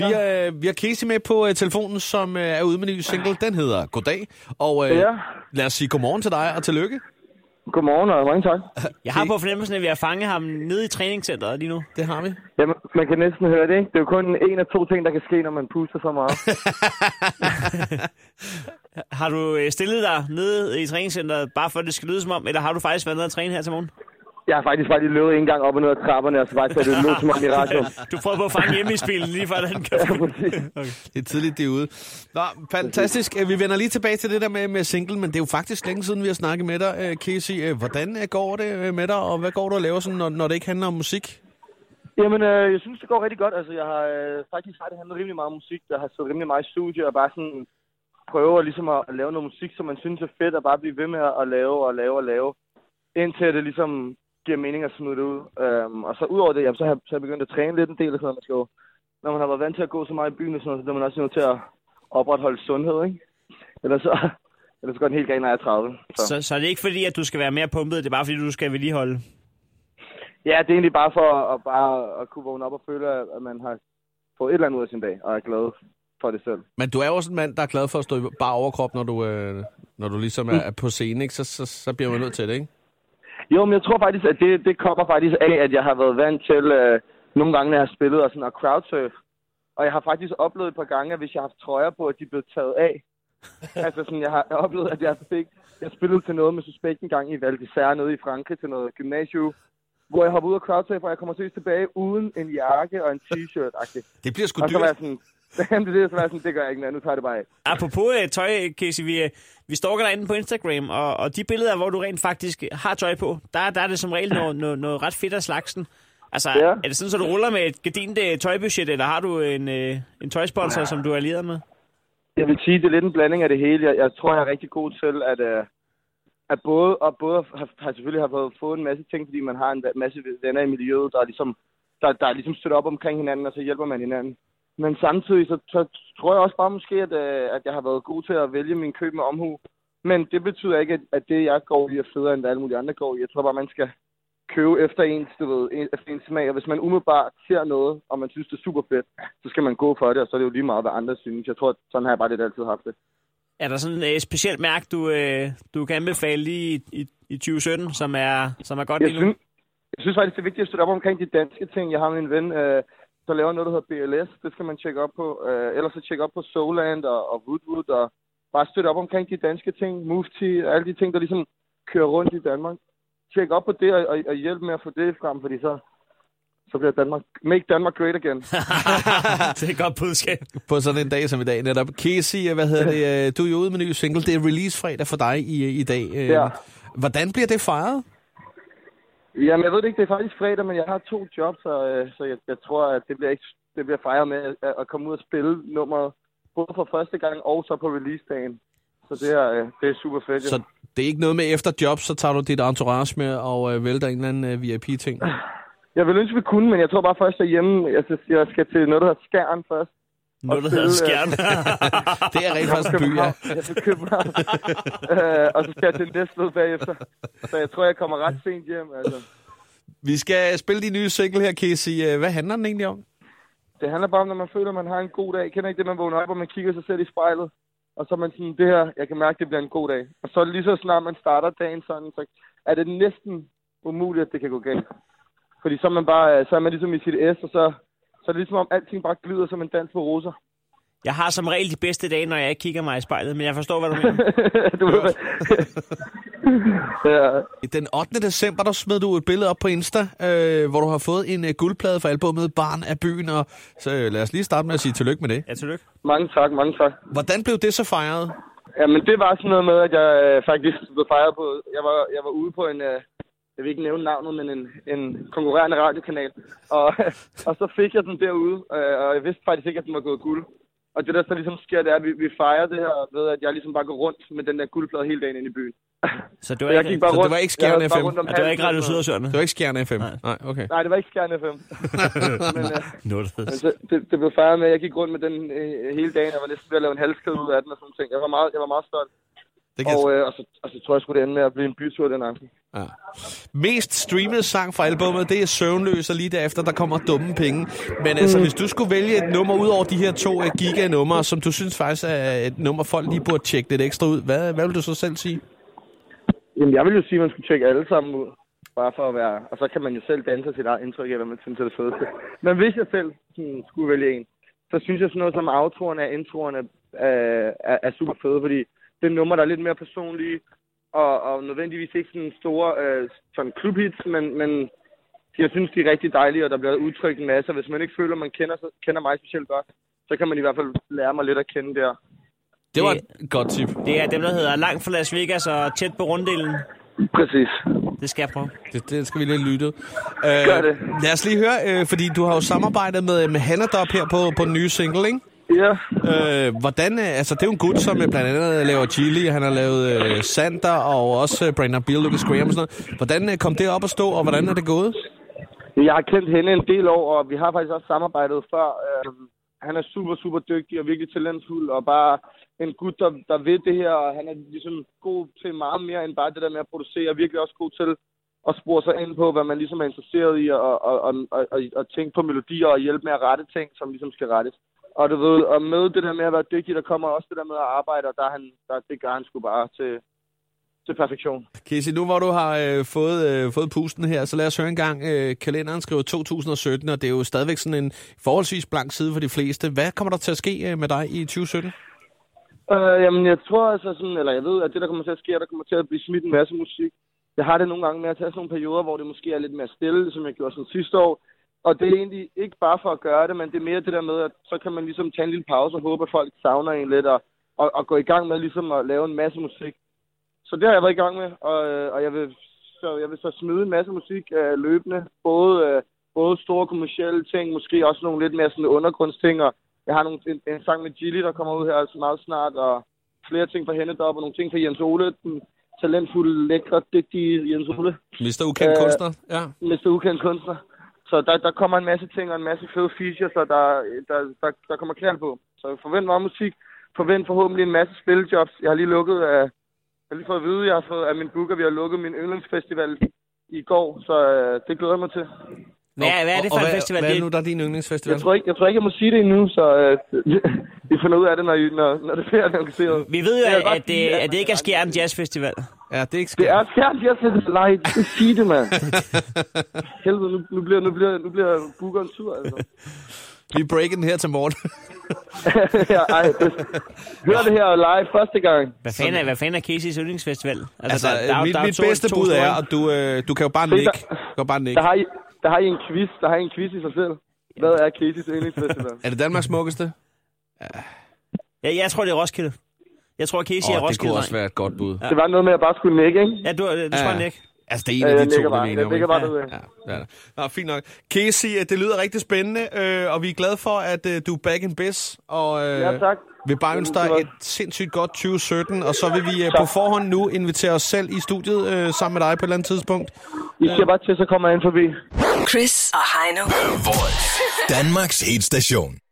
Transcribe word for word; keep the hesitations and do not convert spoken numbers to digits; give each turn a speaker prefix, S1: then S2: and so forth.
S1: Vi er, vi har Casey med på uh, telefonen, som uh, er ude med en ny single. Den hedder Goddag. Og uh, ja. lad os sige godmorgen til dig og tillykke.
S2: Godmorgen og mange tak.
S3: Jeg har på fornemmelsen, at vi har fanget ham nede i træningscenteret lige nu.
S1: Det har vi.
S2: Ja, man kan næsten høre det, ikke? Det er jo kun en af to ting, der kan ske, når man puster så meget.
S3: Har du stillet dig nede i træningscenteret, bare for at det skal lyde som om, eller har du faktisk været nede og træne her til morgen?
S2: Jeg har faktisk faktisk løbet en gang op og ned ad trapperne, og så faktisk er det løbet som om i radioen.
S3: Du prøver på at fange hjemme i spillet, lige for at den kan få.
S1: Okay. Det er tidligt, det er ude. Nå, fantastisk. Vi vender lige tilbage til det der med, med single, men det er jo faktisk længe siden, vi har snakket med dig, Casey. Hvordan går det med dig, og hvad går du og laver, sådan, når, når det ikke handler om musik?
S2: Jamen, øh, jeg synes, det går rigtig godt. Altså, jeg har øh, faktisk har det handlet rimelig meget om musik. Der har siddet rimelig meget i studie, og bare sådan prøver ligesom at, at lave noget musik, som man synes er fedt, og bare blive ved med at lave og lave og lave, indtil det ligesom giver mening at smide det ud. Øhm, og så udover det, jamen, så, har, så har jeg begyndt at træne lidt en del, sådan, man skal jo, når man har været vant til at gå så meget i byen, og sådan noget, så er man også nødt til at opretholde sundhed, ikke? Ellers så, ellers så går den helt galt, når jeg er tredive.
S3: Så. Så, så det er ikke fordi, at du skal være mere pumpet, det er bare fordi, du skal vedligeholde?
S2: Ja, det er egentlig bare for at, bare at kunne vågne op og føle, at man har fået et eller andet ud af sin dag, og er glad for det selv.
S1: Men du er jo også en mand, der er glad for at stå i bare overkrop, når du, øh, når du ligesom er, er på scenen, ikke? Så, så, så bliver man nødt til det, ikke?
S2: Jo, men jeg tror faktisk, at det, det kommer faktisk af, at jeg har været vant til øh, nogle gange, når jeg har spillet og sådan og crowdsurf. Og jeg har faktisk oplevet et par gange, at hvis jeg har haft trøjer på, at de blev taget af. Altså sådan, jeg har oplevet, at jeg fik, jeg spillede til noget med Suspekt en gang i Val d'Isère nede i Frankrig til noget gymnasium, hvor jeg hopper ud af crowdsurf, og jeg kommer seriøst tilbage uden en jakke og en t-shirt-agtigt.
S1: Det bliver sgu
S2: dyrt. Og så var jeg
S1: sådan,
S2: Jamen, det er så sådan, det gør jeg ikke, nu tager jeg det bare af.
S3: Apropos uh, tøj, Casey, vi, uh, vi stalker dig inde på Instagram, og, og de billeder, hvor du rent faktisk har tøj på, der, der er det som regel noget, noget, noget ret fedt af slagsen. Altså, ja. Er det sådan, så du ruller med et gedint uh, tøjbudget, eller har du en, uh, en tøjsponsor, ja. som du er allieret med?
S2: Jeg vil sige, det er lidt en blanding af det hele. Jeg, jeg tror, jeg er rigtig god til at, uh, at både, og både har, har selvfølgelig har fået, fået en masse ting, fordi man har en masse venner i miljøet, der er ligesom, der, der er ligesom støtter op omkring hinanden, og så hjælper man hinanden. Men samtidig så, så tror jeg også bare måske, at, at jeg har været god til at vælge min køb med omhu. Men det betyder ikke, at, at det, jeg går i, er federe, end alle mulige andre går i. Jeg tror bare, man skal købe efter ens, du ved, efter ens smag. Og hvis man umiddelbart ser noget, og man synes, det er super fedt, så skal man gå for det, og så er det jo lige meget, hvad andre synes. Jeg tror, at sådan har jeg bare lidt altid haft det.
S3: Er der sådan et uh, specielt mærke, du, uh, du kan anbefale lige i, i, i tyve sytten, som er, som er godt
S2: jeg
S3: lige nu?
S2: Synes, jeg synes faktisk, det er vigtigt at støtte op omkring de danske ting. Jeg har min ven... Uh, der laver noget, der hedder B L S. Det skal man tjekke op på. Uh, ellers så tjekke op på Soland og, og Woodwood og bare støtte op omkring de danske ting. Mufti og alle de ting, der ligesom kører rundt i Danmark. Tjek op på det og, og, og hjælp med at få det frem, fordi så, så bliver Danmark... Make Danmark great again.
S3: Det er et godt budskab.
S1: På sådan en dag som i dag netop. Casey, hvad hedder det? Du er jo ude med en ny single. Det er release-fredag for dig i, i dag.
S2: Ja.
S1: Hvordan bliver det fejret?
S2: Jamen, jeg ved det ikke, det er faktisk fredag, men jeg har to jobs, så, øh, så jeg, jeg tror, at det bliver, ikke, det bliver fejret med at, at komme ud og spille nummeret, både for første gang og så på release-dagen. Så det er, øh, det er super fedt.
S1: Så det er ikke noget med efter job, så tager du dit entourage med og øh, vælter en eller anden øh, V I P-ting?
S2: Jeg vil ønske, vi kunne, men jeg tror bare først derhjemme, jeg, jeg skal til noget, der hedder Skjern først.
S3: Noget, der hedder Skjern?
S1: Det er rent faktisk en by, ja.
S2: Jeg skal købe mig. øh, og så skal jeg til Næstved bagefter. Så jeg tror, jeg kommer ret sent hjem. Altså.
S1: Vi skal spille de nye single her, Casey. Hvad handler den egentlig om?
S2: Det handler bare om, når man føler, at man har en god dag. Kender ikke det, man vågner op, og man kigger sig selv i spejlet. Og så er man sådan, det her, jeg kan mærke, det bliver en god dag. Og så lige så snart man starter dagen sådan, så er det næsten umuligt, at det kan gå galt. Fordi så er man bare, så er man ligesom i sit S, og så... Så er det ligesom om, alting bare glider som en dans på roser.
S3: Jeg har som regel de bedste dage, når jeg ikke kigger mig i spejlet, men jeg forstår, hvad du mener.
S2: du ved hvad? Ja.
S1: Den ottende december, der smed du et billede op på Insta, øh, hvor du har fået en uh, guldplade for albumet Barn af byen. Og, så øh, lad os lige starte med at sige tillykke med det.
S3: Ja, tillykke.
S2: Mange tak, mange tak.
S1: Hvordan blev det så fejret?
S2: Jamen, det var sådan noget med, at jeg øh, faktisk blev fejret på... Jeg var, jeg var ude på en... Øh, jeg vil ikke nævne navnet, men en, en konkurrerende radiokanal. Og, og så fik jeg den derude, og jeg vidste faktisk ikke, at den var gået guld. Og det der så ligesom sker, det er, at vi, vi fejrer det her ved, at jeg ligesom bare går rundt med den der guldplade hele dagen inde i byen.
S3: Så det var, ikke, så
S1: rundt, det var ikke Skjern F M?
S3: Og det var ikke Radio Sydersøerne?
S1: Det var ikke Skjern F M?
S3: Nej,
S1: Nej okay.
S2: Nej, det var ikke Skjern F M. men uh, men så, det, det blev fejret med, at jeg gik rundt med den uh, hele dagen. Jeg var næsten ved at lave en halskæde ud af den og sådan ting. Jeg var meget, jeg var meget stolt.
S1: Det kan
S2: og, øh, og, så, og så tror jeg sgu det ender med at blive en bytur den aften.
S1: Ja. Mest streamede sang fra albumet, det er Søvnløs, og lige derefter, der kommer Dumme Penge. Men altså, mm. hvis du skulle vælge et nummer ud over de her to uh, giga-numre, som du synes faktisk er et nummer, folk lige burde tjekke lidt ekstra ud, hvad, hvad vil du så selv sige?
S2: Jamen, jeg vil jo sige, at man skulle tjekke alle sammen ud. Bare for at være... Og så kan man jo selv danse sit eget indtryk af, hvad man synes er det fedeste. Men hvis jeg selv sådan, skulle vælge en, så synes jeg sådan noget som outroerne og introerne er, er, er super fede, fordi det er nummer, der er lidt mere personlige, og, og nødvendigvis ikke sådan store øh, sådan klubhits, men, men jeg synes, de er rigtig dejlige, og der bliver udtrykt en masse. Hvis man ikke føler, at man kender, kender mig specielt godt, så kan man i hvert fald lære mig lidt at kende der.
S1: Det var et godt tip.
S3: Det er dem, der hedder Langt fra Las Vegas og Tæt på runddelen.
S2: Præcis.
S3: Det skal jeg prøve.
S1: Det, det skal vi lige lytte.
S2: Øh, Gør det.
S1: Lad os lige høre, øh, fordi du har jo samarbejdet med, med Hannadop her på, på den nye single, ikke?
S2: Ja.
S1: Øh, hvordan, altså det er jo en gut, som blandt andet laver Chili, han har lavet øh, Sander og også øh, Brandon Beal, Lucas Graham og sådan noget. Hvordan øh, kom det op at stå, og hvordan er det gået?
S2: Jeg har kendt hende en del år, og vi har faktisk også samarbejdet før. Øh, han er super, super dygtig og virkelig talentfuld, og bare en gut, der, der ved det her, og han er ligesom god til meget mere end bare det der med at producere, og virkelig også god til at spore sig ind på, hvad man ligesom er interesseret i, og, og, og, og, og, og tænke på melodier og hjælpe med at rette ting, som ligesom skal rettes. Og du ved, og med det der med at være dygtig, der kommer også det der med at arbejde, og der er han, der, det gør han sgu bare til, til perfektion.
S1: Casey, nu hvor du har øh, fået, øh, fået pusten her, så lad os høre en gang. Øh, kalenderen skriver to tusind sytten, og det er jo stadigvæk sådan en forholdsvis blank side for de fleste. Hvad kommer der til at ske øh, med dig i tyve sytten?
S2: Øh, jamen, jeg tror altså sådan, eller jeg ved, at det, der kommer til at ske, der kommer til at blive smidt en masse musik. Jeg har det nogle gange med at tage sådan nogle perioder, hvor det måske er lidt mere stille, som jeg gjorde sådan sidste år. Og det er egentlig ikke bare for at gøre det, men det er mere det der med, at så kan man ligesom tage en lille pause og håbe, at folk savner en lidt, og, og, og gå i gang med ligesom at lave en masse musik. Så det har jeg været i gang med, og, og jeg, vil, så, jeg vil så smide en masse musik øh, løbende. Både, øh, både store kommercielle ting, måske også nogle lidt mere sådan undergrundsting, og jeg har nogle, en, en sang med Gilly, der kommer ud her meget snart, og flere ting fra Hennedop, og nogle ting fra Jens Ole, den talentfulde, lækre, dygtige Jens Ole.
S1: mister Ukendt øh, kunstner, ja.
S2: mister Ukendt kunstner. Så der, der kommer en masse ting og en masse fede features, og der, der, der, der kommer knald på. Så forvent meget musik. Forvent forhåbentlig en masse spillejobs. Jeg har lige lukket af... Jeg har lige fået at vide, jeg har fået af min booker, vi har lukket min yndlingsfestival i går, så øh, det glæder jeg mig til.
S3: Hvad, hvad er det for og, en festival?
S1: Hvad er nu, der er din yndlingsfestival?
S2: Jeg tror ikke, jeg, tror ikke, jeg må sige det endnu, så øh, vi finder ud af det, når, når, når det er annonceret.
S3: Vi ved jo, at, at, det, at det ikke er Skjern Jazzfestival.
S1: Ja, det er ikke Skjern.
S2: Det er Skjern Jazzfestival. Nej, det sige det, mand. Helvede, nu, nu, bliver, nu, bliver, nu bliver bookeren sur, altså.
S1: Vi breaker den her til morgen.
S2: ja, ej, det, hør det her live første gang.
S3: Hvad fanden er, hvad fanden er Casey's yndlingsfestival?
S1: Altså, altså der, der, mit, der mit to, bedste to, bud er, at du, øh, du kan jo bare nikke. Der, bare nikke.
S2: Der, har I, der har I en quiz. Der har I en quiz i sig selv. Hvad er Casey's yndlingsfestival?
S1: Er det Danmarks smukkeste?
S3: Ja. ja, jeg tror, det er Roskilde. Jeg tror, Casey
S1: oh,
S3: er Roskilde.
S1: Det kunne også være et godt bud.
S2: Ja. Det var noget med, at jeg bare skulle nikke, ikke?
S3: Ja, du, du skal ja. nikke.
S1: Altså, det er en af
S2: ja,
S1: de to,
S2: bare,
S1: du mener.
S2: Jeg bare det ud.
S1: Ja, ja. Nå, fint nok. Casey, det lyder rigtig spændende, øh, og vi er glade for, at øh, du er back in biz. Og, øh,
S2: ja, tak.
S1: Vi bare ønsker dig et sindssygt godt tyve sytten, og så vil vi øh, på forhånd nu invitere os selv i studiet øh, sammen med dig på et eller andet tidspunkt.
S2: I siger bare til, så kommer jeg ind forbi.
S4: Chris og Heino.
S5: Danmarks hitstation.